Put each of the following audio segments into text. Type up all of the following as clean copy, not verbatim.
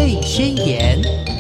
贝宣言》。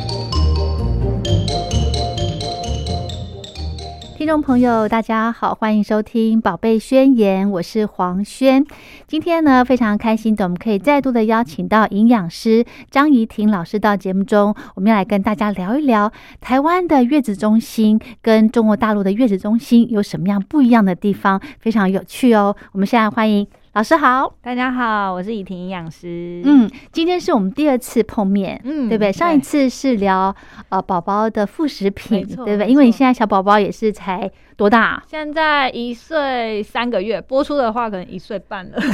听众朋友大家好，欢迎收听宝贝宣言，我是黄轩。今天呢非常开心的，我们可以再度的邀请到营养师张怡婷老师到节目中，我们要来跟大家聊一聊台湾的月子中心跟中国大陆的月子中心有什么样不一样的地方，非常有趣哦。我们现在欢迎老师好。 大家好，我是怡婷营养师。 今天是我们第二次碰面，对不对？上一次是聊宝宝的副食品，对不对？因为你现在小宝宝也是才多大？ 现在1岁3个月，播出的话可能1岁半了。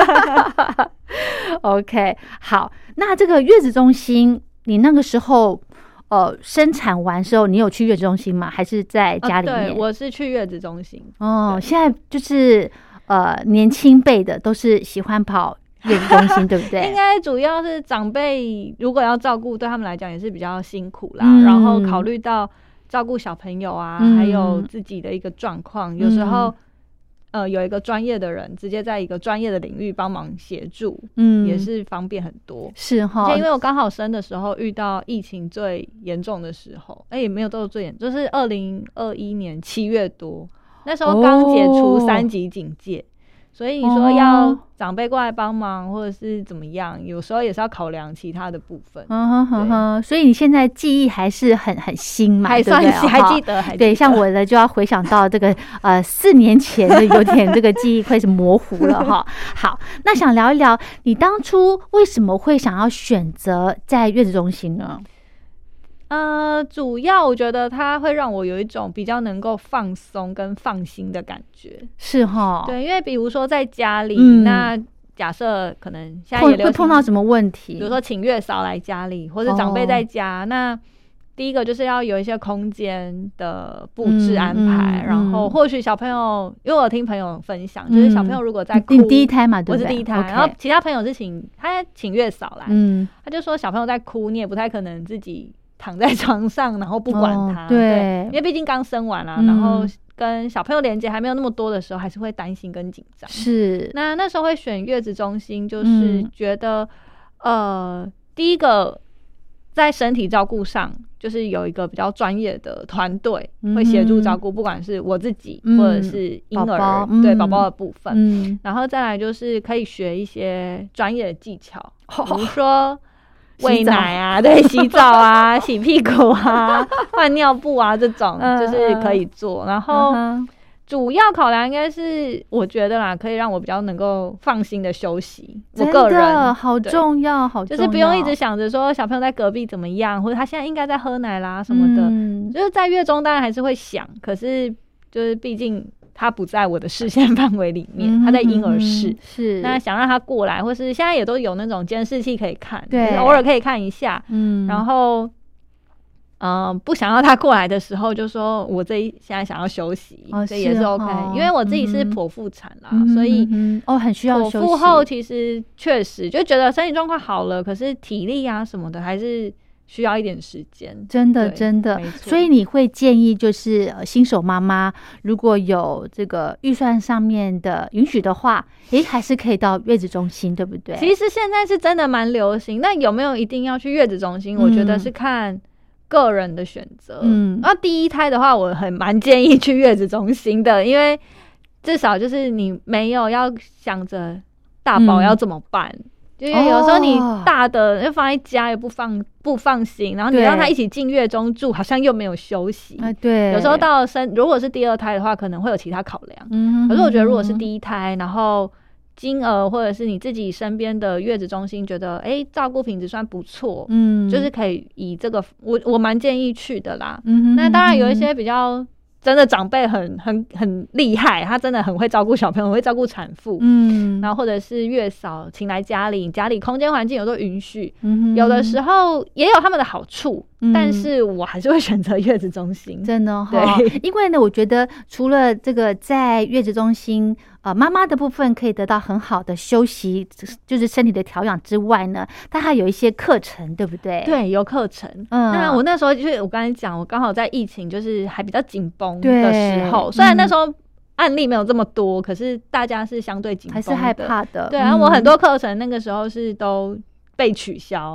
OK， 好，那这个月子中心，你那个时候生产完之后，你有去月子中心吗？还是在家里面？ 对，我是去月子中心。 现在就是年轻辈的都是喜欢跑月子中心，对不对？ 应该主要是长辈如果要照顾，对他们来讲也是比较辛苦啦。然后考虑到照顾小朋友啊，还有自己的一个状况，有时候有一个专业的人直接在一个专业的领域帮忙协助，也是方便很多。 是哈， 因为我刚好生的时候遇到疫情最严重的时候，也没有到最严重，就是2021年7月多，那时候刚解除3级警戒。所以你说要长辈过来帮忙或者是怎么样，有时候也是要考量其他的部分。 所以你现在记忆还是很新嘛， 还算新，还记得。 对，像我的就要回想到这个4年前的，有点这个记忆会是模糊了哈。好，那想聊一聊你当初为什么会想要选择在月子中心呢？ 主要我觉得它会让我有一种比较能够放松跟放心的感觉， 是齁。 对，因为比如说在家里，那假设可能现在也会碰到什么问题， 比如说请月嫂来家里，或者长辈在家，那第一个就是要有一些空间的布置安排，然后或许小朋友，因为我听朋友分享，就是小朋友如果在哭， 你第一胎嘛，对不对？ 我是第一胎，然后其他朋友是请月嫂来，他就说小朋友在哭，你也不太可能自己躺在床上，然后不管他，对，因为毕竟刚生完啦，然后跟小朋友连接还没有那么多的时候，还是会担心跟紧张。 是， 那时候会选月子中心，就是觉得，第一个在身体照顾上，就是有一个比较专业的团队会协助照顾，不管是我自己或者是婴儿，对宝宝的部分，然后再来就是可以学一些专业的技巧，比如说喂奶啊，对，洗澡啊，洗屁股啊，换尿布啊，这种就是可以做。然后主要考量应该是我觉得啦，可以让我比较能够放心的休息。我个人好重要，好重要， 就是不用一直想着说小朋友在隔壁怎么样，或者他现在应该在喝奶啦什么的。就是在月中当然还是会想，可是就是毕竟他不在我的视线范围里面，他在婴儿室， 是那想让他过来，或是现在也都有那种监视器可以看， 对， 偶尔可以看一下，然后不想要他过来的时候，就说我现在想要休息，这也是 OK，因为我自己是剖腹产啦，所以很需要休息。 剖腹后其实确实就觉得身体状况好了，可是体力啊什么的还是需要一点时间， 真的，所以你会建议就是新手妈妈如果有这个预算上面的允许的话，还是可以到月子中心，对不对？ 其实现在是真的蛮流行，那有没有一定要去月子中心？我觉得是看个人的选择。然后第一胎的话，我蛮建议去月子中心的，因为至少就是你没有要想着大宝要怎么办。因为有时候你大的就放在家也不放心，然后你让他一起进月中住，好像又没有休息。 对， 有时候到如果是第二胎的话，可能会有其他考量。可是我觉得如果是第一胎，然后金额或者是你自己身边的月子中心觉得照顾品质算不错，就是可以以这个我蛮建议去的啦。那当然有一些比较真的长辈很厉害，他真的很会照顾小朋友，很会照顾产妇，然后或者是月嫂请来家里空间环境有都允许，有的时候也有他们的好处，但是我还是会选择月子中心， 真的对， 因为呢，我觉得除了这个在月子中心妈妈的部分可以得到很好的休息，就是身体的调养之外呢，它还有一些课程，对不对？ 对，有课程。那我那时候就是我刚才讲，我刚好在疫情就是还比较紧绷的时候，虽然那时候案例没有这么多，可是大家是相对紧绷的， 还是害怕的。 对，然后我很多课程那个时候是都被取消。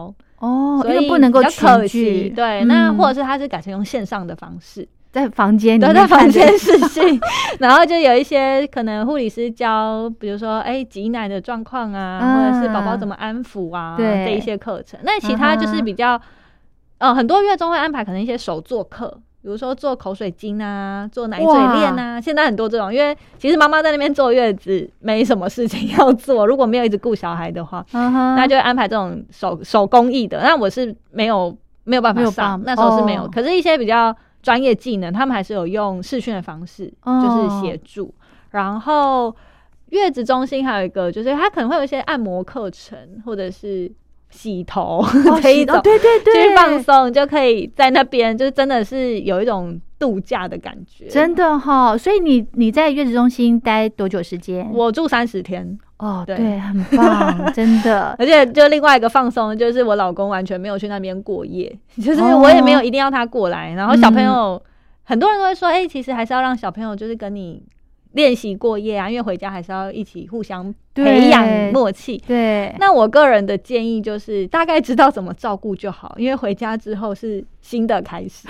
所以因为不能够可惜。 对，那或者是他是改成用线上的方式。 在房间里面， 对，在房间视讯，然后就有一些可能护理师教，比如说挤奶的状况啊，或者是宝宝怎么安抚啊，这一些课程。那其他就是比较，很多月中会安排可能一些手作课，比如说做口水巾啊，做奶嘴链啊，现在很多这种，因为其实妈妈在那边坐月子没什么事情要做，如果没有一直顾小孩的话，那就会安排这种手工艺的。那我是没有办法上，那时候是没有，可是一些比较专业技能，他们还是有用视讯的方式，就是协助。然后月子中心还有一个，就是它可能会有一些按摩课程，或者是洗头这一种， 对， 去放松，就可以在那边，就是真的是有一种度假的感觉， 真的所以你在月子中心待多久时间？ 我住30天。 对，很棒，真的。 而且就另外一个放松，就是我老公完全没有去那边过夜，就是我也没有一定要他过来。然后小朋友，很多人都会说，其实还是要让小朋友就是跟你练习过夜啊，因为回家还是要一起互相培养默契。 对， 那我个人的建议就是大概知道怎么照顾就好，因为回家之后是新的开始。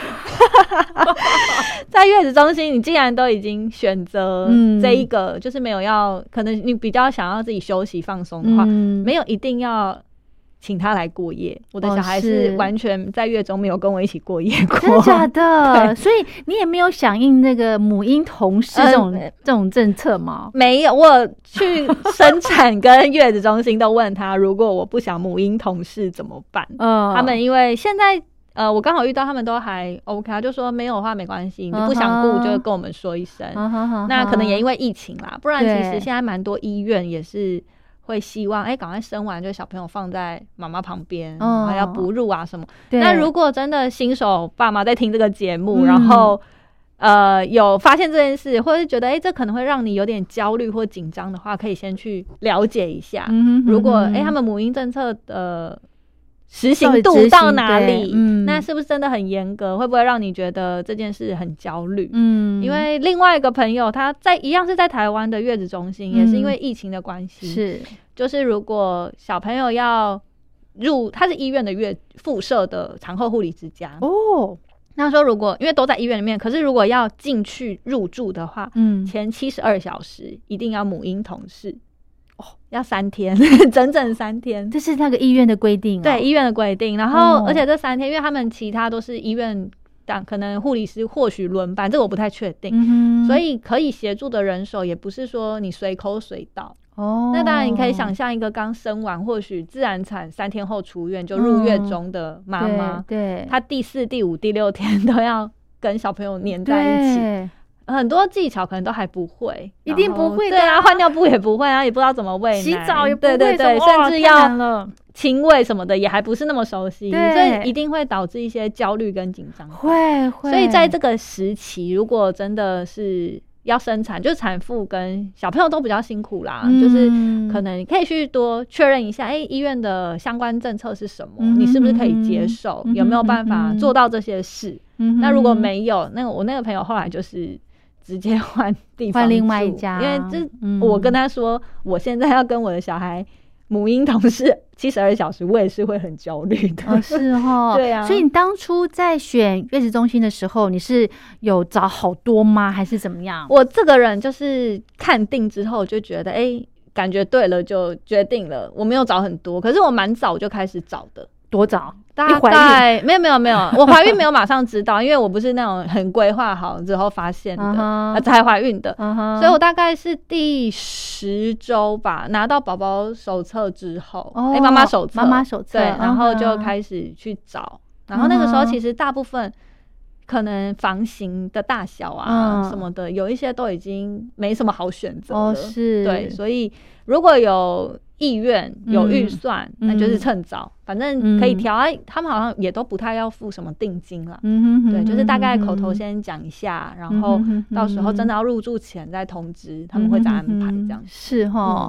在月子中心，你既然都已经选择这一个，就是没有要，可能你比较想要自己休息放松的话，没有一定要请他来过夜。我的小孩是完全在月中没有跟我一起过夜过。 真的假的？所以你也没有响应那个母婴同事这种政策吗？ 没有，我去生产跟月子中心都问他，如果我不想母婴同事怎么办？他们因为现在我刚好遇到他们都还 OK， 他就说没有的话没关系，你不想顾就跟我们说一声。那可能也因为疫情啦，不然其实现在蛮多医院也是会希望赶快生完就小朋友放在妈妈旁边，还要哺乳啊什么。那如果真的新手爸妈在听这个节目，然后有发现这件事，或者是觉得这可能会让你有点焦虑或紧张的话，可以先去了解一下。如果他们母婴政策的实行度到哪里，那是不是真的很严格？会不会让你觉得这件事很焦虑？因为另外一个朋友他一样是在台湾的月子中心，也是因为疫情的关系，就是如果小朋友要他是医院的附设的产后护理之家那说如果因为都在医院里面，可是如果要进去入住的话，前72小时一定要母婴同事。要3天，整整3天， 这是那个医院的规定。 对，医院的规定。然后，而且这3天，因为他们其他都是医院，可能护理师或许轮班，这个我不太确定。所以可以协助的人手也不是说你随口随到。那当然你可以想象一个刚生完，或许自然产3天后出院就入月中的妈妈， 对， 她第4、第5、第6天都要跟小朋友黏在一起。很多技巧可能都还不会， 一定不会的。 对啊，换尿布也不会啊，也不知道怎么喂奶， 洗澡也不会， 对，甚至要亲喂什么的也还不是那么熟悉，所以一定会导致一些焦虑跟紧张。 会。 所以在这个时期，如果真的是要生产，就是产妇跟小朋友都比较辛苦啦，就是可能你可以去多确认一下，医院的相关政策是什么，你是不是可以接受，有没有办法做到这些事。那如果没有，我那个朋友后来就是直接换地方住， 换另外一家， 因为我跟他说，我现在要跟我的小孩母婴同事72小时，我也是会很焦虑的。 是对啊。 所以你当初在选月子中心的时候，你是有找好多吗？还是怎么样？ 我这个人就是看定之后就觉得，感觉对了就决定了。我没有找很多，可是我蛮早就开始找的。 多早？ 大概没有，我怀孕没有马上知道，因为我不是那种很规划好之后发现的，才怀孕的，所以我大概是第10周吧，拿到宝宝手册之后，妈妈手册，对，然后就开始去找，然后那个时候其实大部分可能房型的大小啊什么的，有一些都已经没什么好选择了，对，所以如果有意愿有预算，那就是趁早，反正可以调。他们好像也都不太要付什么定金啦，对，就是大概口头先讲一下，然后到时候真的要入住前再通知，他们会再安排这样。 是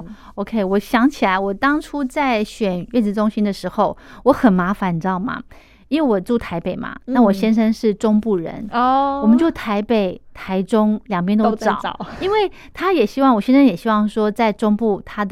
OK， 我想起来，我当初在选月子中心的时候，我很麻烦，你知道吗？因为我住台北嘛，那我先生是中部人我们就台北、台中两边都找，因为他也希望，我先生也希望说，在中部他的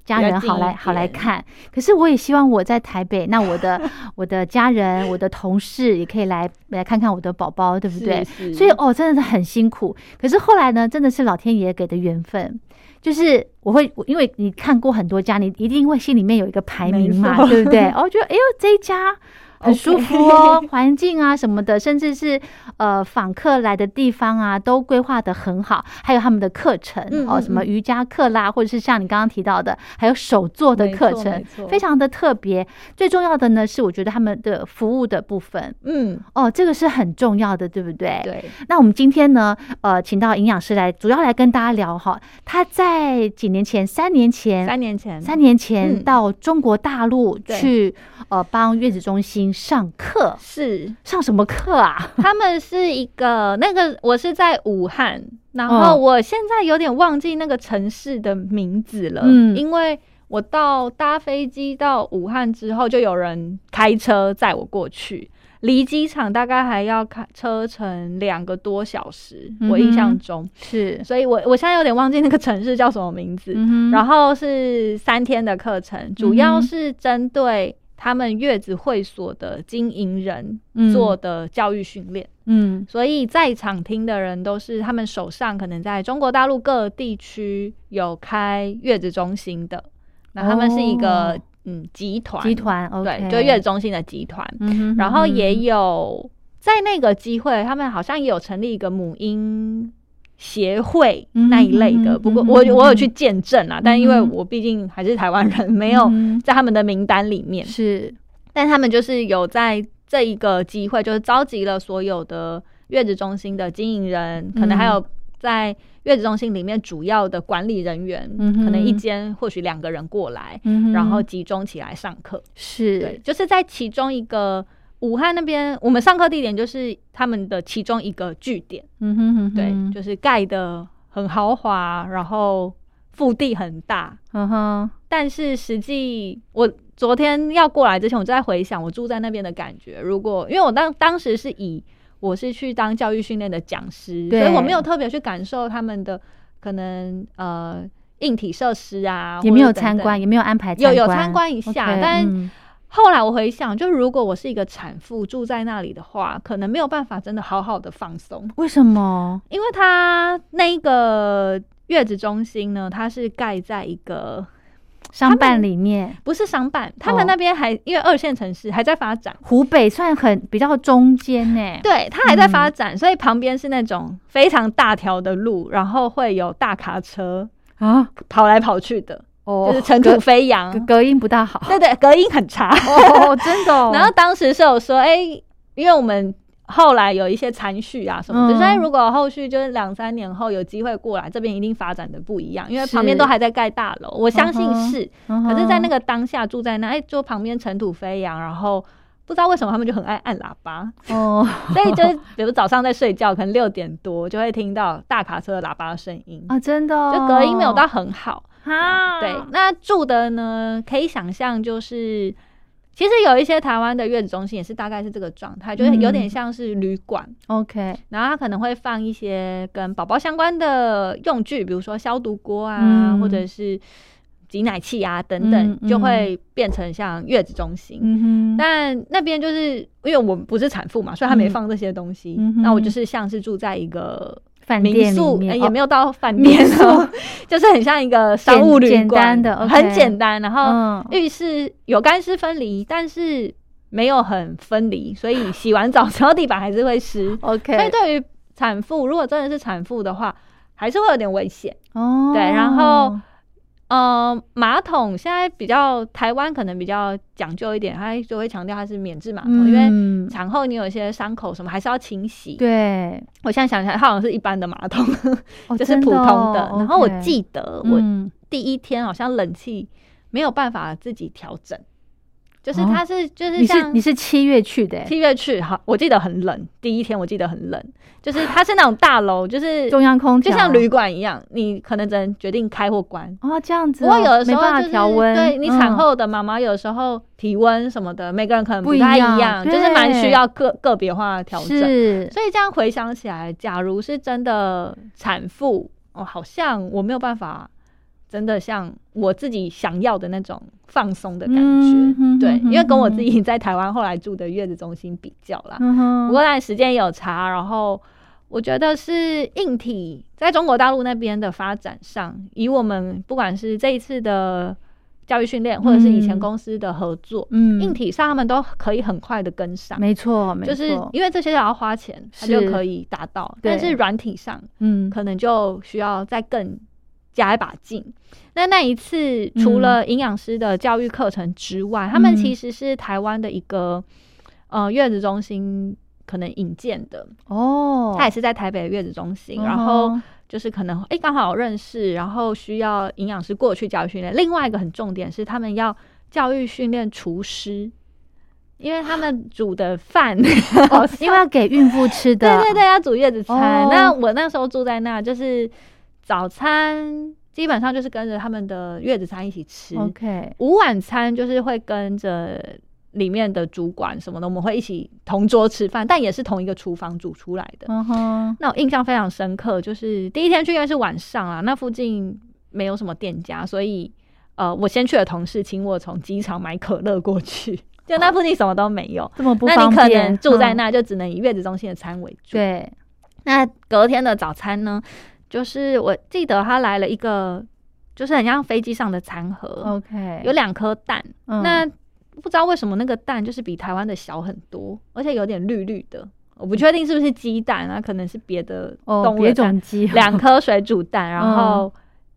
家人好来看。可是我也希望我在台北，那我的家人、我的同事也可以来看看我的宝宝，对不对？所以真的是很辛苦。可是后来呢，真的是老天爷给的缘分。就是因为你看过很多家，你一定会心里面有一个排名嘛，对不对？觉得这一家很舒服哦，环境啊什么的，甚至是访客来的地方啊，都规划得很好。还有他们的课程什么瑜伽课啦，或者是像你刚刚提到的，还有手作的课程，非常的特别。最重要的呢，是我觉得他们的服务的部分，这个是很重要的，对不对？ 对。 那我们今天呢，请到营养师来，主要来跟大家聊哈，他在几年前，3年前到中国大陆去帮月子中心上课。 是上什么课啊？ 他们是一个我是在武汉，然后我现在有点忘记那个城市的名字了，因为我搭飞机到武汉之后，就有人开车载我过去，离机场大概还要开车程2个多小时，我印象中是， 所以我现在有点忘记那个城市叫什么名字。然后是3天的课程，主要是针对他们月子会所的经营人做的教育训练。所以在场听的人都是他们手上可能在中国大陆各地区有开月子中心的，那他们是一个集团，对，就月子中心的集团。然后也有在那个机会，他们好像也有成立一个母婴协会那一类的，不过我有去见证啊，但因为我毕竟还是台湾人，没有在他们的名单里面。 是， 但他们就是有在这一个机会，就是召集了所有的月子中心的经营人，可能还有在月子中心里面主要的管理人员，可能一间或许2个人过来，然后集中起来上课。 是， 对，就是在其中一个武汉那边，我们上课地点就是他们的其中一个据点。对，就是盖得很豪华，然后腹地很大。但是实际我昨天要过来之前，我就在回想我住在那边的感觉。因为我当时是我是去当教育训练的讲师，所以我没有特别去感受他们的可能硬体设施啊， 也没有参观，也没有安排参观， 有参观一下，但后来我回想，就如果我是一个产妇住在那里的话，可能没有办法真的好好的放松。 为什么？ 因为他那个月子中心呢，它是盖在一个商办里面， 不是商办，他们那边因为2线城市还在发展， 湖北算比较中间呢。 对，它还在发展，所以旁边是那种非常大条的路，然后会有大卡车跑来跑去的。就是尘土飞扬， 隔音不大好。 对，隔音很差。 真的。 然后当时是有说，因为我们后来有一些参叙啊什么的，所以如果后续就是2-3年后有机会过来，这边一定发展的不一样，因为旁边都还在盖大楼，我相信是。可是在那个当下住在那，就旁边尘土飞扬，然后不知道为什么他们就很爱按喇叭。所以就是比如早上在睡觉，可能6点多就会听到大卡车的喇叭的声音啊，真的。 就隔音没有到很好。对，那住的呢，可以想象就是，其实有一些台湾的月子中心也是大概是这个状态，就是有点像是旅馆。 OK， 然后它可能会放一些跟宝宝相关的用具，比如说消毒锅啊，或者是挤奶器啊等等，就会变成像月子中心。但那边就是因为我不是产妇嘛，所以他没放这些东西。那我就是像是住在一个民宿，也没有到饭店哦，就是很像一个商务旅馆的，很简单。然后浴室有干湿分离，但是没有很分离，所以洗完澡之后地板还是会湿。OK， 所以对于产妇，如果真的是产妇的话，还是会有点危险。对，然后马桶现在台湾可能比较讲究一点，它就会强调它是免治马桶，因为产后你有一些伤口什么还是要清洗。 对， 我现在想起来，它好像是一般的马桶，就是普通的。然后我记得我第1天好像冷气没有办法自己调整。就是它是就是像你是7月去的 ，7月去，好，我记得很冷。第1天我记得很冷，就是它是那种大楼，就是中央空调， 就像旅馆一样，你可能只能决定开或关。 这样子。 不过有的时候没办法调温， 对你产后的妈妈，有时候体温什么的，每个人可能不太一样，就是蛮需要个别化的调整。是，所以这样回想起来，假如是真的产妇，好像我没有办法真的像我自己想要的那种放松的感觉，对，因为跟我自己在台湾后来住的月子中心比较啦，不过当然时间也有差，然后我觉得是硬体在中国大陆那边的发展上，以我们不管是这一次的教育训练，或者是以前公司的合作，硬体上他们都可以很快的跟上， 没错， 就是因为这些要花钱，它就可以达到，但是软体上，可能就需要再更加一把劲。那一次除了营养师的教育课程之外，他们其实是台湾的一个月子中心可能引荐的哦，他也是在台北的月子中心，然后就是可能刚好有认识，然后需要营养师过去教育训练。另外一个很重点是他们要教育训练厨师，因为他们煮的饭因为要给孕妇吃的， 对对对，要煮月子餐。那我那时候住在那，就是早餐基本上就是跟着他们的月子餐一起吃 ，OK， 午晚餐就是会跟着里面的主管什么的，我们会一起同桌吃饭，但也是同一个厨房煮出来的。那我印象非常深刻，就是第一天去因为是晚上啦，那附近没有什么店家，所以我先去的同事请我从机场买可乐过去，就那附近什么都没有， 这么不方便， 那你可能住在那就只能以月子中心的餐为主。 对， 那隔天的早餐呢，就是我记得他来了一个，就是很像飞机上的餐盒 ，OK， 有2颗蛋，那不知道为什么那个蛋就是比台湾的小很多，而且有点绿绿的，我不确定是不是鸡蛋啊，可能是别的动物的蛋，别种鸡 ，2颗水煮蛋，然后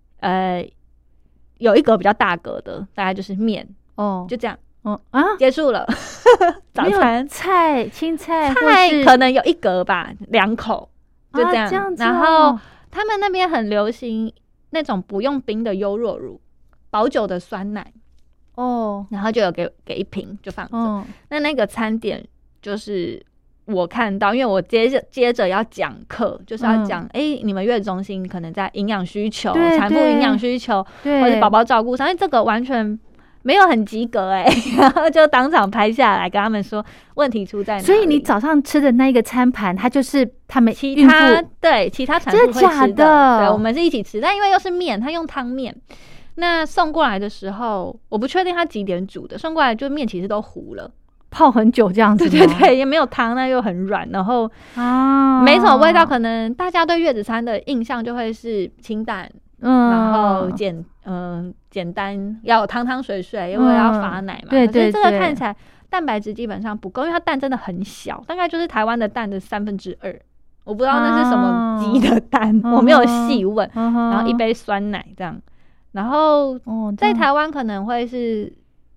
有一格比较大格的，大概就是面，就这样，结束了。早餐菜青菜可能有一格吧，2口就这样， 这样子然后他们那边很流行那种不用冰的优酪乳，保久的酸奶。然后就有给一瓶就放着。那个餐点就是我看到，因为我接着要讲课，就是要讲你们月子中心可能在营养需求、产妇营养需求或者宝宝照顾上，因为这个完全没有很及格然后就当场拍下来跟他们说问题出在哪里。 所以你早上吃的那个餐盘，它就是他们其他产妇会吃的， 真的假的？ 对，我们是一起吃，但因为又是面，他用汤面。那送过来的时候，我不确定他几点煮的，送过来就面其实都糊了， 泡很久这样子。 对对对，也没有汤，那又很软，然后没什么味道。可能大家对月子餐的印象就会是清淡，然后简单，要有汤水水，因为要罚奶嘛。 对对对。 可是这个看起来蛋白质基本上不够，因为它蛋真的很小，大概就是台湾的蛋的2/3。我不知道那是什么鸡的蛋，我没有细问。然后一杯酸奶这样。然后在台湾可能会是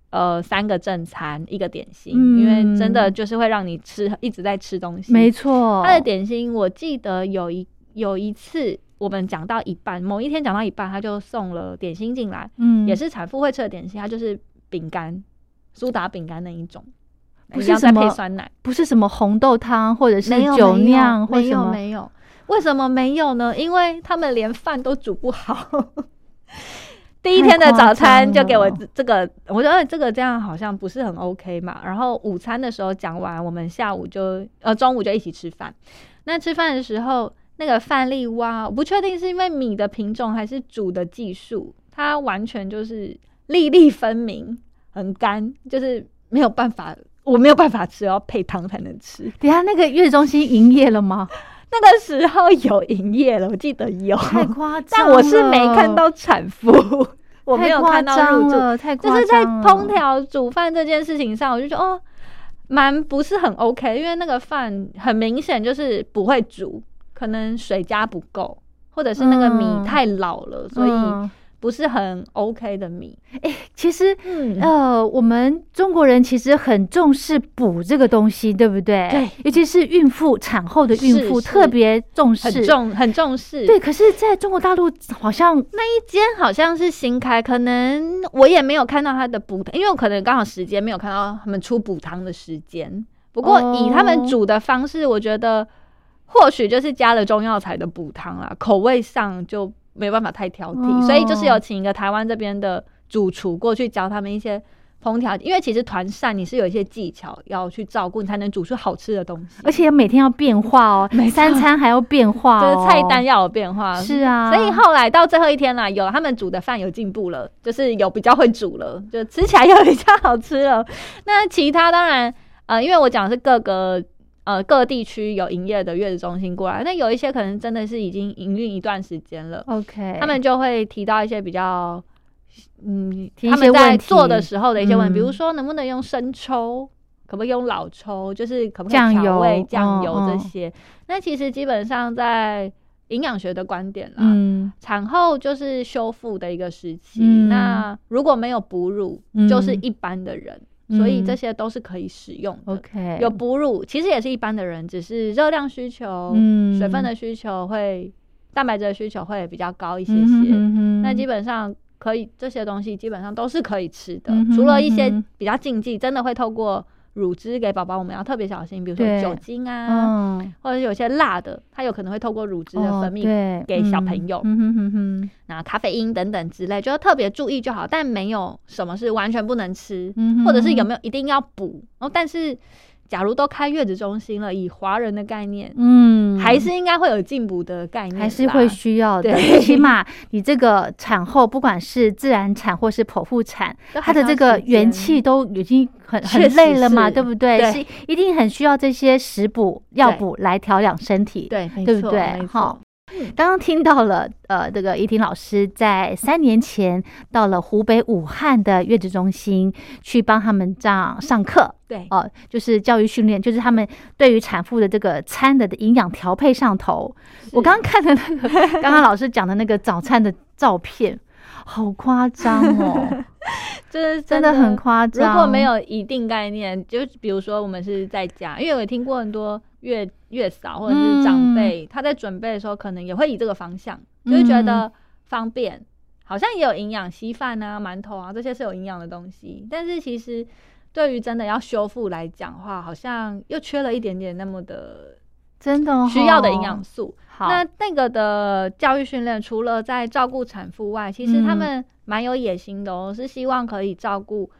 3个正餐1个点心，因为真的就是会让你一直在吃东西。 没错， 它的点心我记得有一次我们讲到一半，某一天讲到一半，他就送了点心进来，也是产妇会吃的点心，它就是饼干，苏打饼干那一种， 不是什么配酸奶， 不是什么红豆汤或者是酒酿， 没有，为什么没有呢？因为他们连饭都煮不好。第一天的早餐就给我这个，我觉得这个这样好像不是很 OK 嘛。然后午餐的时候讲完，我们下午中午就一起吃饭。那吃饭的时候，那个饭粒我不确定是因为米的品种还是煮的技术，它完全就是粒粒分明，很干，就是没有办法，我没有办法吃，要配汤才能吃。 等一下那个月子中心营业了吗？ 那个时候有营业了，我记得有， 太夸张了。 但我是没看到产妇，我没有看到入住， 太夸张了。 就是在烹调煮饭这件事情上，我就觉得蛮不是很 OK， 因为那个饭很明显就是不会煮，可能水加不够，或者是那个米太老了，所以不是很 OK 的米。 其实我们中国人其实很重视补这个东西，对不对？ 对， 尤其是孕妇产后的孕妇特别重视， 很重视。 对，可是在中国大陆好像那一间好像是新开，可能我也没有看到它的补汤，因为我可能刚好时间没有看到他们出补汤的时间。不过以他们煮的方式，我觉得或许就是加了中药材的补汤啦，口味上就没办法太挑剔，所以就是有请一个台湾这边的主厨过去教他们一些烹调，因为其实团膳你是有一些技巧要去照顾，你才能煮出好吃的东西， 而且每天要变化哦，3餐还要变化哦， 就是菜单要有变化。 是啊， 所以后来到最后一天啦，有他们煮的饭有进步了，就是有比较会煮了，就吃起来有比较好吃了。那其他当然因为我讲的是各地区有营业的月子中心过来，那有一些可能真的是已经营运一段时间了 ，OK， 他们就会提到一些比较他们在做的时候的一些问题，比如说能不能用生抽，可不可以用老抽，就是可不可以调味酱油这些。那其实基本上在营养学的观点啦，产后就是修复的一个时期，那如果没有哺乳，就是一般的人。所以这些都是可以使用的。 OK， 有哺乳其实也是一般的人，只是热量需求、水分的需求会、蛋白质的需求会比较高一些些。那基本上可以，这些东西基本上都是可以吃的，除了一些比较禁忌，真的会透过乳汁给宝宝，我们要特别小心，比如说酒精啊，或者有些辣的，它有可能会透过乳汁的分泌给小朋友，那咖啡因等等之类，就要特别注意就好。但没有什么是完全不能吃，或者是有没有一定要补。但是假如都开月子中心了，以华人的概念，还是应该会有进补的概念， 还是会需要的。起码你这个产后，不管是自然产或是剖腹产，它的这个元气都已经很累了嘛，对不对？是一定很需要这些食补药补来调养身体， 对不对？好。刚刚听到了，这个怡婷老师在3年前到了湖北武汉的月子中心去帮他们这样上课， 对， 就是教育训练，就是他们对于产妇的这个餐的营养调配上头。我刚刚看的那个，刚刚老师讲的那个早餐的照片，好夸张哦， 就是真的很夸张。 如果没有一定概念，就比如说我们是在家，因为我听过很多月嫂或者是长辈，他在准备的时候可能也会以这个方向，就是觉得方便，好像也有营养，稀饭啊、馒头啊这些是有营养的东西，但是其实对于真的要修复来讲的话，好像又缺了一点点那么的真的需要的营养素。那个的教育训练，除了在照顾产妇外，其实他们蛮有野心的哦，是希望可以照顾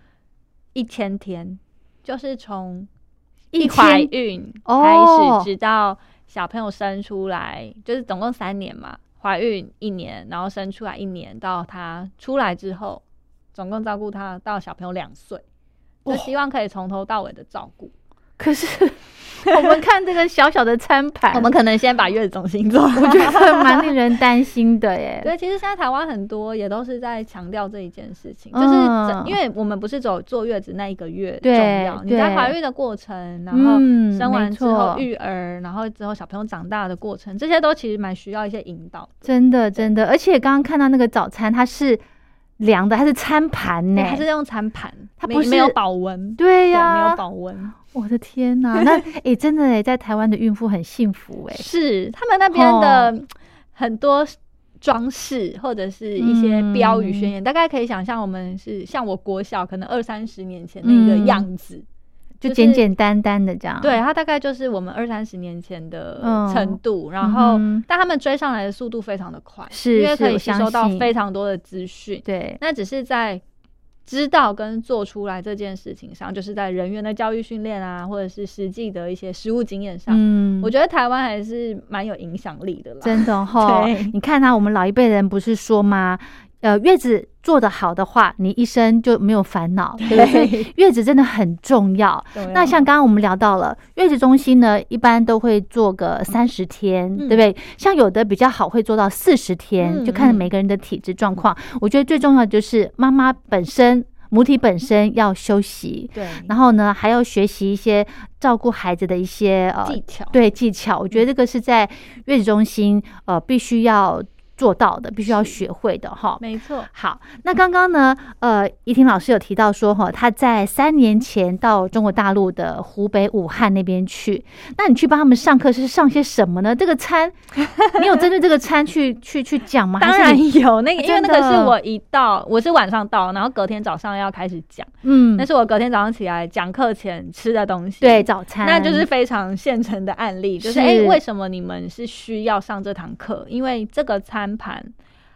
1000天，就是从一怀孕开始，直到小朋友生出来，就是总共3年嘛，怀孕1年，然后生出来1年，到他出来之后，总共照顾他到小朋友2岁，就希望可以从头到尾的照顾。 可是我们看这个小小的餐盘， 我们可能先把月子中心做， 我觉得蛮令人担心的耶。 对，其实现在台湾很多也都是在强调这一件事情，就是因为我们不是坐月子那1个月重要，你在怀孕的过程，然后生完之后育儿，然后之后小朋友长大的过程，这些都其实蛮需要一些引导。 真的，而且刚刚看到那个早餐，它是凉的，它是餐盘呢， 它是用餐盘， 它不是没有保温。 对呀， 没有保温。 我的天哪，那真的在台湾的孕妇很幸福是他们那边的很多装饰或者是一些标语宣言，大概可以想象我们是像我国小可能20-30年前那个样子， 就简简单单的这样。 对，它大概就是我们20-30年前的程度，然后但他们追上来的速度非常的快，因为可以吸收到非常多的资讯。 对， 那只是在知道跟做出来这件事情上，就是在人员的教育训练啊，或者是实际的一些实务经验上，我觉得台湾还是蛮有影响力的啦。 真的你看我们老一辈人不是说吗？月子做得好的话，你一生就没有烦恼，对不对？月子真的很重要。那像刚刚我们聊到了月子中心呢，一般都会做个30天，对不对？像有的比较好会做到40天，就看每个人的体质状况。我觉得最重要的就是妈妈本身。母体本身要休息， 对， 然后呢还要学习一些照顾孩子的一些技巧， 对技巧。我觉得这个是在月子中心必须要做到的，必须要学会的哈。 没错。 好，那刚刚呢，怡婷老师有提到说他在3年前到中国大陆的湖北武汉那边去，那你去帮他们上课是上些什么呢？这个餐，你有针对这个餐去讲吗？ 当然有，因为那个是我是晚上到，然后隔天早上要开始讲，那是我隔天早上起来讲课前吃的东西， 对，早餐， 那就是非常现成的案例，就是为什么你们是需要上这堂课？因为这个餐盘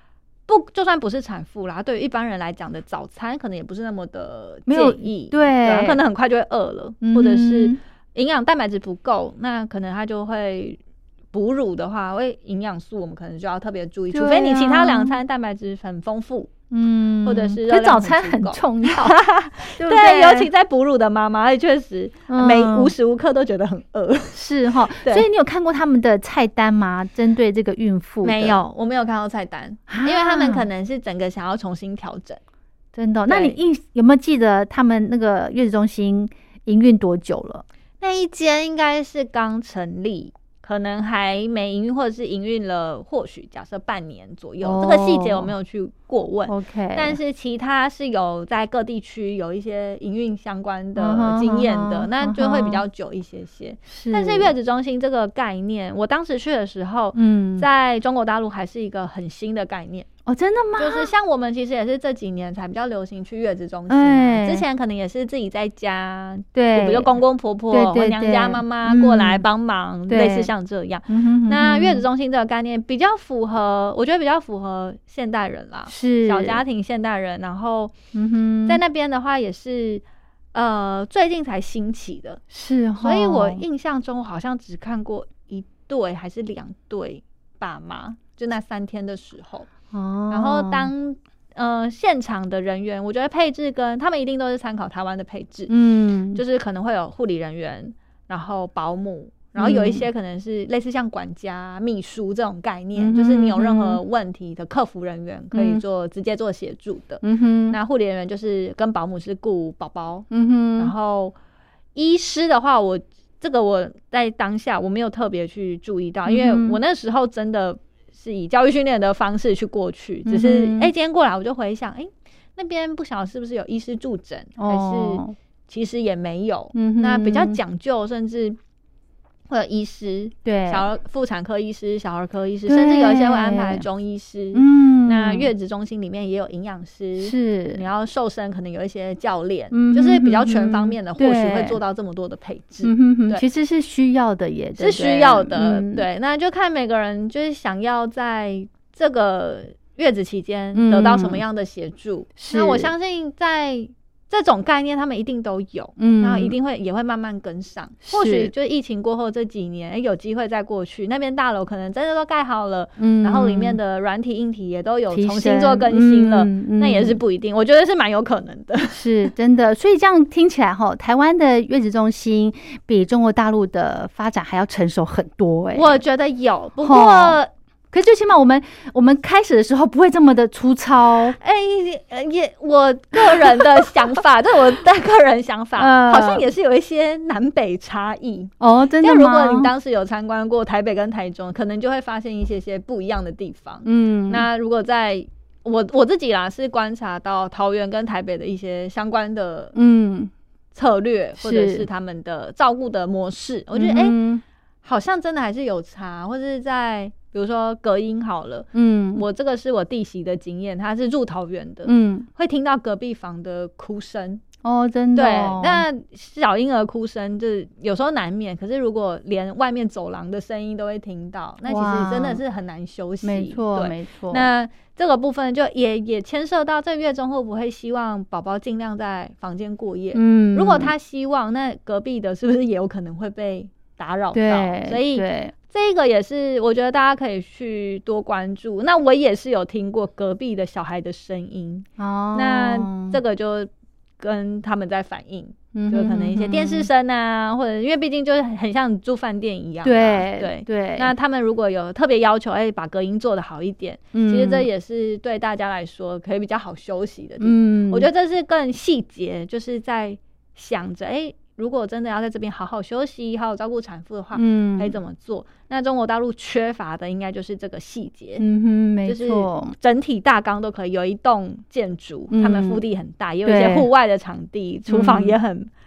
就算不是产妇啦，对于一般人来讲的早餐可能也不是那么的建议， 对， 可能很快就会饿了，或者是营养蛋白质不够，那可能他就会哺乳的话，会营养素我们可能就要特别注意，除非你其他2餐蛋白质很丰富，或者是热量早餐很重要，对不对？ 对，尤其在哺乳的妈妈，也确实无时无刻都觉得很饿， 是齁。所以你有看过他们的菜单吗？针对这个孕妇？ 没有，我没有看到菜单，因为他们可能是整个想要重新调整。 真的？那你有没有记得他们那个月子中心营运多久了？ 那一间应该是刚成立，可能还没营运，或者是营运了，或许假设半年左右，这个细节我没有去过问。 OK， 但是其他是有在各地区有一些营运相关的经验的，那就会比较久一些些。但是月子中心这个概念，我当时去的时候，在中国大陆还是一个很新的概念。 哦，真的吗？ 就是像我们其实也是这几年才比较流行去月子中心，之前可能也是自己在家，对，比如公公婆婆或娘家妈妈过来帮忙，类似像这样。那月子中心这个概念比较符合，我觉得比较符合现代人啦，是小家庭现代人。然后在那边的话也是最近才兴起的， 是， 所以我印象中好像只看过1对还是2对爸妈，就那3天的时候。然后当现场的人员，我觉得配置跟他们一定都是参考台湾的配置，就是可能会有护理人员，然后保姆，然后有一些可能是类似像管家、秘书这种概念，就是你有任何问题的客服人员可以直接做协助的。那护理人员就是跟保姆是顾宝宝，然后医师的话，这个我在当下我没有特别去注意到，因为我那时候真的是以教育训练的方式去过去，只是今天过来我就回想，那边不晓得是不是有医师助诊，还是其实也没有。那比较讲究，甚至会有医师，对，妇产科医师、小儿科医师，甚至有一些会安排中医师。那月子中心里面也有营养师，是你要瘦身，可能有一些教练，就是比较全方面的，或许会做到这么多的配置。 其实是需要的耶， 是需要的。对，那就看每个人就是想要在这个月子期间得到什么样的协助。那我相信在这种概念他们一定都有，然后一定也会慢慢跟上。或许就疫情过后这几年，有机会再过去那边大楼，可能真的都盖好了，然后里面的软体硬体也都有重新做更新了，那也是不一定，我觉得是蛮有可能的。 是真的，所以这样听起来台湾的月子中心比中国大陆的发展还要成熟很多。 我觉得有，不过可是最起码我们开始的时候不会这么的粗糙。 我个人的想法，这我的个人想法，好像也是有一些南北差异。哦，真的吗？如果你当时有参观过台北跟台中，可能就会发现一些不一样的地方。那如果在我自己啦，是观察到桃园跟台北的一些相关的策略，或者是他们的照顾的模式，我觉得好像真的还是有差，或者是在比如说隔音好了，我这个是我弟媳的经验，她是住桃园的，会听到隔壁房的哭声。 哦，真的。 对，那小婴儿哭声就是有时候难免，可是如果连外面走廊的声音都会听到，那其实真的是很难休息。 没错，没错。 那这个部分就也牵涉到这月中会不会希望宝宝尽量在房间过夜？如果他希望，那隔壁的是不是也有可能会被打扰到？对，所以这个也是我觉得大家可以去多关注。那我也是有听过隔壁的小孩的声音，那这个就跟他们在反映，就可能一些电视声啊，或者因为毕竟就是很像住饭店一样。对。那他们如果有特别要求，把隔音做得好一点，其实这也是对大家来说可以比较好休息的地方。我觉得这是更细节，就是在想着如果真的要在这边好好休息，好好照顾产妇的话，可以怎么做？那中国大陆缺乏的应该就是这个细节。没错，就是整体大纲都可以。有一栋建筑，他们腹地很大，也有一些户外的场地，厨房也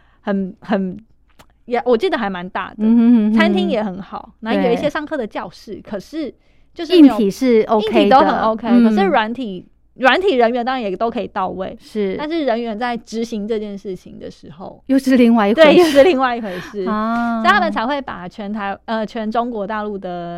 也我记得还蛮大的，餐厅也很好，然后有一些上课的教室，可是就是硬体是 OK 的， 硬体都很 OK，可是软体人员当然也都可以到位，但是人员在执行这件事情的时候， 又是另外一回事， 对，又是另外一回事，所以他们才会把全中国大陆的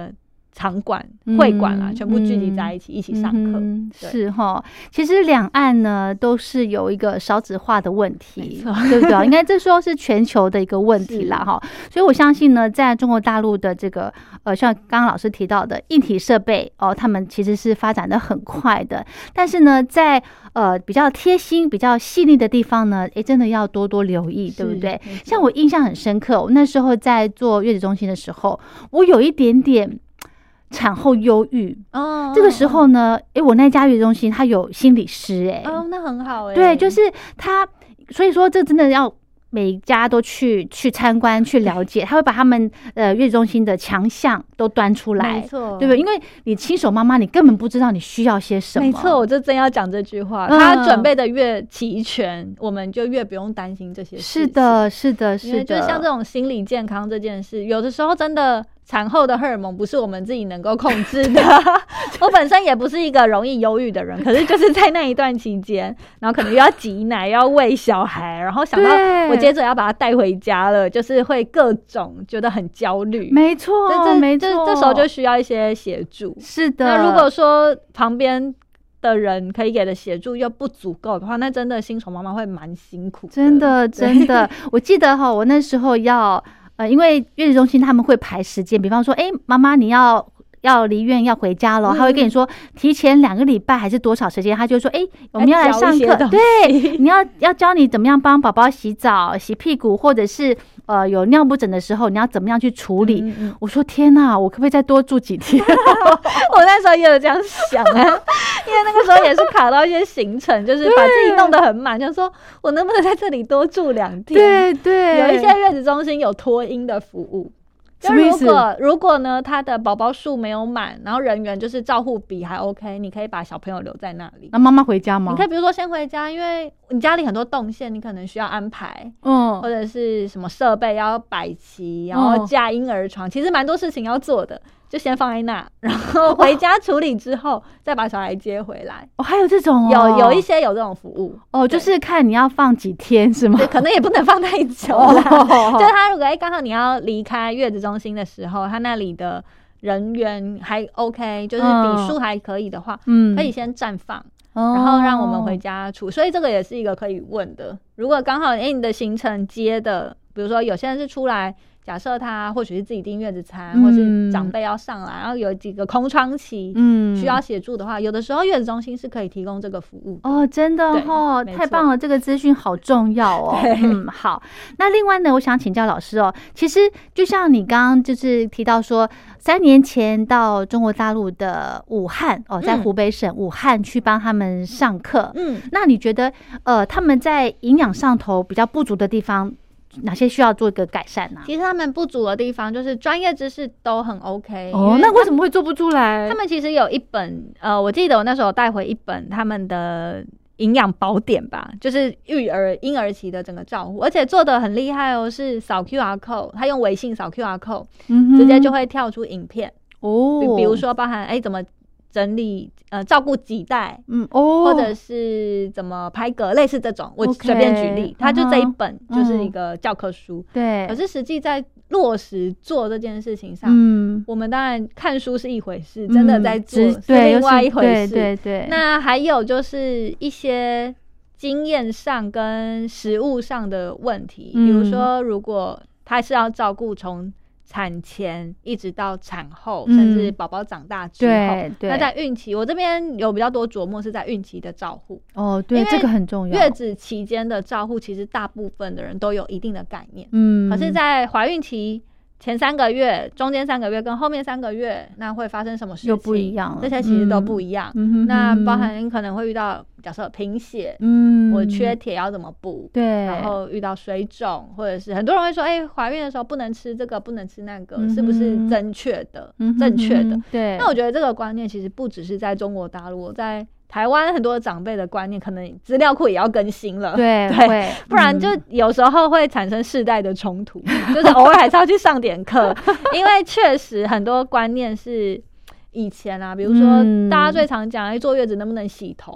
场馆、会馆啦，全部聚集在一起，一起上课。 是齁，其实两岸呢都是有一个少子化的问题，对不对？应该这说是全球的一个问题啦齁。所以我相信呢，在中国大陆的这个像刚刚老师提到的硬体设备他们其实是发展的很快的，但是呢，在比较贴心、比较细腻的地方呢，真的要多多留意，对不对？像我印象很深刻，我那时候在做月子中心的时候，我有一点点产后忧郁这个时候呢，我那家月子中心它有心理师那很好对，就是他，所以说这真的要每一家都去参观去了解，他会把他们月子中心的强项都端出来， 没错， 对不对？因为你新手妈妈，你根本不知道你需要些什么。 没错，我就真要讲这句话，他准备的越齐全，我们就越不用担心这些事情。 是的，是的，是的。 就像这种心理健康这件事，有的时候真的产后的荷尔蒙不是我们自己能够控制的。我本身也不是一个容易忧郁的人，可是就是在那一段期间，然后可能又要挤奶，又要喂小孩，然后想到我接着要把他带回家了，就是会各种觉得很焦虑。 没错，没错， 这时候就需要一些协助。 是的。 那如果说旁边的人可以给的协助又不足够的话，那真的新手妈妈会蛮辛苦的。 真的，真的。我记得我那时候因为月子中心他们会排时间，比方说妈妈你要离院要回家了，他会跟你说提前2个礼拜还是多少时间，他就说我们要来上课，对，你要教你怎么样帮宝宝洗澡、洗屁股，或者是有尿布疹的时候你要怎么样去处理。我说天哪，我可不可以再多住几天？ 我那时候也有这样想因为那个时候也是卡到一些行程，就是把自己弄得很满，就说我能不能在这里多住2天？对，有一些月子中心有托婴的服务。就如果呢，他的宝宝数没有满，然后人员就是照护比还 OK， 你可以把小朋友留在那里。 那妈妈回家吗？ 你可以比如说先回家，因为你家里很多动线，你可能需要安排，或者是什么设备要摆齐，然后架婴儿床，其实蛮多事情要做的。就先放在那，然后回家处理之后，再把小孩接回来。 还有这种有一些有这种服务就是看你要放几天是吗？ 对，可能也不能放太久啦。就他如果刚好你要离开月子中心的时候，他那里的人员还 OK， 就是笔数还可以的话，可以先暂放。然后让我们回家处，所以这个也是一个可以问的。如果刚好你的行程接的，比如说有些人是出来。假设他或许是自己订月子餐，或是长辈要上来，然后有几个空窗期，需要协助的话，有的时候月子中心是可以提供这个服务的。 真的太棒了，这个资讯好重要好。那另外呢，我想请教老师其实就像你刚刚就是提到说，3年前到中国大陆的武汉在湖北省武汉去帮他们上课，那你觉得他们在营养上头比较不足的地方？哪些需要做一个改善呢？ 其实他们不足的地方就是专业知识都很 OK 那为什么会做不出来？ 他们其实有一本我记得我那时候带回一本他们的营养宝典吧，就是婴儿期的整个照护，而且做得很厉害是扫 QR code， 他用微信扫 QR code，直接就会跳出影片比如说包含怎么整理照顾脐带，或者是怎么拍嗝，类似这种，我随便举例，它就这一本就是一个教科书。对，可是实际在落实做这件事情上，我们当然看书是一回事，真的在做是另外一回事。对，那还有就是一些经验上跟实务上的问题，比如说如果他是要照顾从产前一直到产后，甚至宝宝长大之后，那在孕期，我这边有比较多琢磨是在孕期的照护。 对，这个很重要。 月子期间的照护，其实大部分的人都有一定的概念，可是在怀孕期前3个月、中间3个月跟后面3个月，那会发生什么事情？ 又不一样了， 这些其实都不一样。那包含你可能会遇到，假设贫血，我缺铁要怎么补？对，然后遇到水肿，或者是很多人会说，怀孕的时候不能吃这个，不能吃那个，是不是正确的？正确的。对。那我觉得这个观念其实不只是在中国大陆，在台湾很多长辈的观念，可能资料库也要更新了。对，不然就有时候会产生世代的冲突，就是偶尔还是要去上点课，因为确实很多观念是以前比如说大家最常讲坐月子能不能洗头，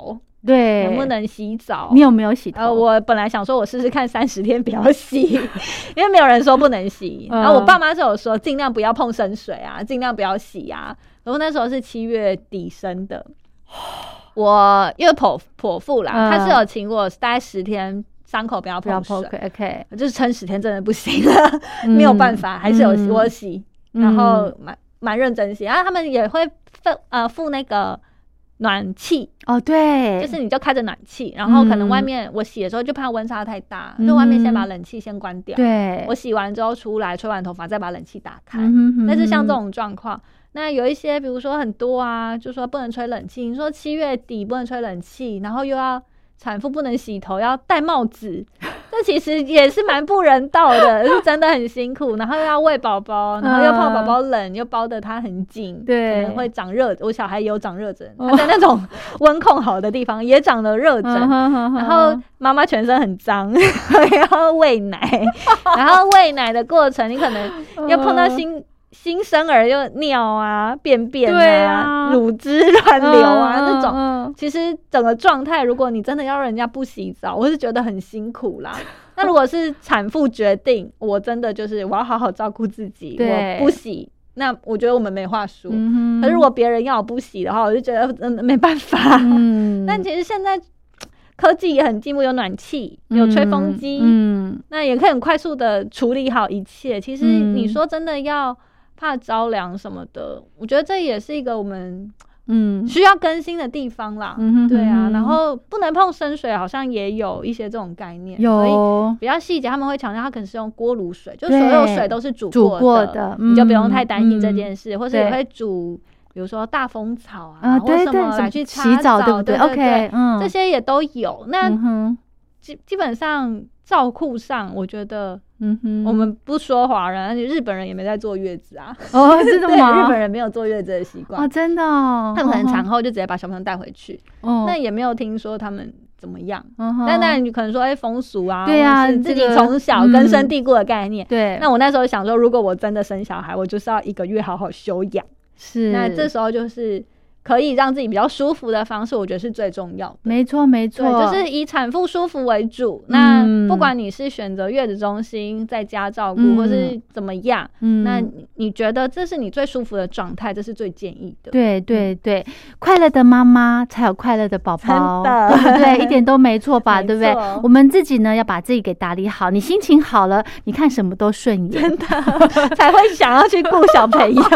对， 能不能洗澡？ 你有没有洗头？ 我本来想说我试试看30天不要洗，因为没有人说不能洗。然后我爸妈是有说尽量不要碰生水啊，尽量不要洗啊。然后那时候是7月底生的，我因为剖腹啦，他是有请我大概10天。伤口不要碰水 ，OK， 就是撑10天真的不行了，没有办法，还是有我洗，然后蛮认真洗。然后他们也会附那个暖气哦，对， 就是你就开着暖气，然后可能外面我洗的时候就怕温差太大，就外面先把冷气先关掉。 对， 我洗完之后出来吹完头发再把冷气打开。但是像这种状况，那有一些比如说很多啊，就说不能吹冷气，你说7月底不能吹冷气，然后又要产妇不能洗头，要戴帽子，这其实也是蛮不人道的，是真的很辛苦。然后又要喂宝宝，然后又怕宝宝冷，又包得他很紧， 对， 可能会长热。我小孩也有长热疹，他在那种温控好的地方也长了热疹。然后妈妈全身很脏，然后喂奶，然后喂奶的过程，你可能又碰到新生儿又尿啊、便便啊、乳汁乱流啊那种，其实整个状态，如果你真的要让人家不洗澡，我是觉得很辛苦啦。那如果是产妇决定，我真的就是我要好好照顾自己，我不洗，那我觉得我们没话说。可是如果别人要我不洗的话，我就觉得没办法。但其实现在科技也很进步，有暖气，有吹风机，那也可以很快速的处理好一切。其实你说真的要怕着凉什么的，我觉得这也是一个我们需要更新的地方啦。对啊，然后不能碰生水，好像也有一些这种概念。所以比较细节，他们会强调它可能是用锅炉水，就所有水都是煮过的，你就不用太担心这件事。或是也会煮，比如说大蜂草啊，或什么来去洗澡，对不对 ？OK， 这些也都有。那基本上照顾上，我觉得。我们不说华人，而且日本人也没在坐月子啊。 哦，真的吗？ 日本人没有坐月子的习惯。 哦，真的哦。 他们可能产后就直接把小朋友带回去。那也没有听说他们怎么样。但当然你可能说，风俗啊，对啊，是自己从小根深蒂固的概念。 对。 那我那时候想说，如果我真的生小孩，我就是要1个月好好休养。 是。 那这时候就是可以让自己比较舒服的方式，我觉得是最重要的。 没错，没错， 就是以产妇舒服为主。那不管你是选择月子中心在家照顾，或是怎么样，那你觉得这是你最舒服的状态，这是最建议的。 对对对，快乐的妈妈才有快乐的宝宝，对不对？一点都没错吧？对不对？我们自己呢，要把自己给打理好，你心情好了，你看什么都顺眼， 真的才会想要去顾小朋友。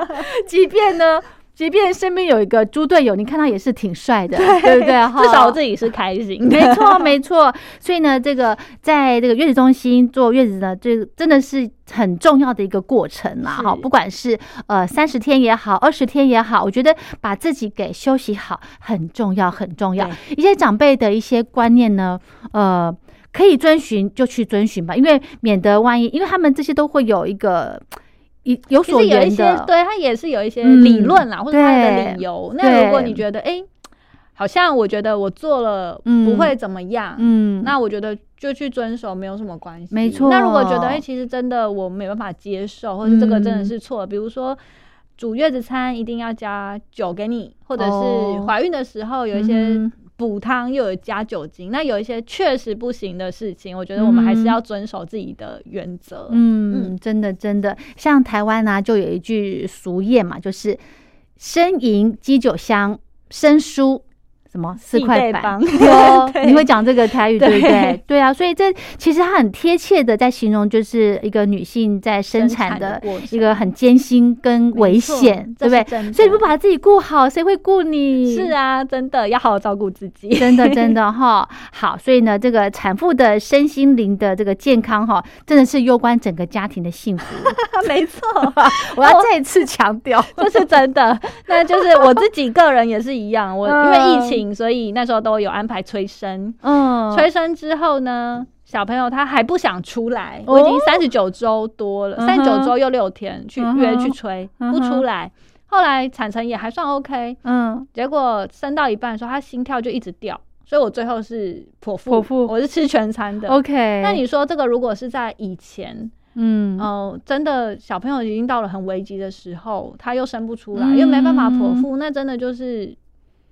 即便身边有一个猪队友，你看他也是挺帅的，对不对？ 至少我自己是开心的。 没错，没错。所以呢，这个在这个月子中心坐月子呢，这真的是很重要的一个过程啦。哈，不管是30天也好，20天也好，我觉得把自己给休息好很重要，很重要。一些长辈的一些观念呢，可以遵循就去遵循吧，因为免得万一，因为他们这些都会有一个。有所言的， 对，他也是有一些理论啦，或者他的理由。那如果你觉得，好像我觉得我做了不会怎么样，那我觉得就去遵守没有什么关系。 没错。 那如果觉得，其实真的我没办法接受，或者这个真的是错，比如说煮月子餐一定要加酒给你，或者是怀孕的时候有一些。补汤又有加酒精，那有一些确实不行的事情，我觉得我们还是要遵守自己的原则。 真的真的，像台湾啊，就有一句俗谚嘛，就是生迎鸡酒香，生疏什么4块板。你会讲这个台语对不对？对啊，所以这其实它很贴切的在形容，就是一个女性在生产的一个很艰辛跟危险，对不对？所以不把自己顾好，谁会顾你？ 是啊，真的要好好照顾自己， 真的真的哈。好，所以呢，这个产妇的身心灵的这个健康哈，真的是攸关整个家庭的幸福。 没错， 我要再次强调， 这是真的。那就是我自己个人也是一样，我因为疫情。所以那时候都有安排催生，催生之后呢，小朋友他还不想出来，我已经39周多了，39周又6天去约去催，不出来。后来产程也还算 OK，结果生到一半的时候，他心跳就一直掉，所以我最后是剖腹，我是吃全餐的。 OK， 那你说这个如果是在以前，真的小朋友已经到了很危急的时候，他又生不出来，又没办法剖腹，那真的就是。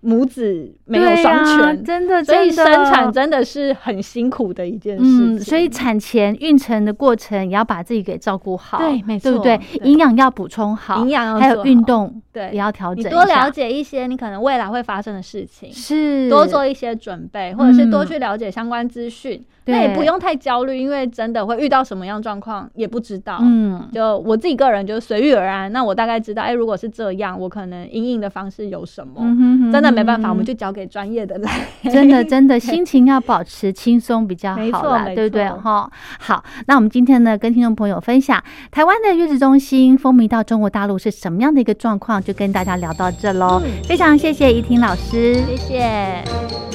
母子没有双全， 真的， 所以生产真的是很辛苦的一件事情。 所以产前孕程的过程也要把自己给照顾好， 对，没错， 对不对？营养要补充好， 营养还有运动， 对， 也要调整一下。 你多了解一些你可能未来会发生的事情， 是多做一些准备，或者是多去了解相关资讯。那也不用太焦虑，因为真的会遇到什么样状况也不知道。就我自己个人就随遇而安。那我大概知道，如果是这样，我可能因应的方式有什么。真的没办法，我们就交给专业的来。 真的，心情要保持轻松比较好啦，对不对？好，那我们今天呢，跟听众朋友分享台湾的月子中心风靡到中国大陆是什么样的一个状况，就跟大家聊到这喽。非常谢谢怡婷老师， 谢谢。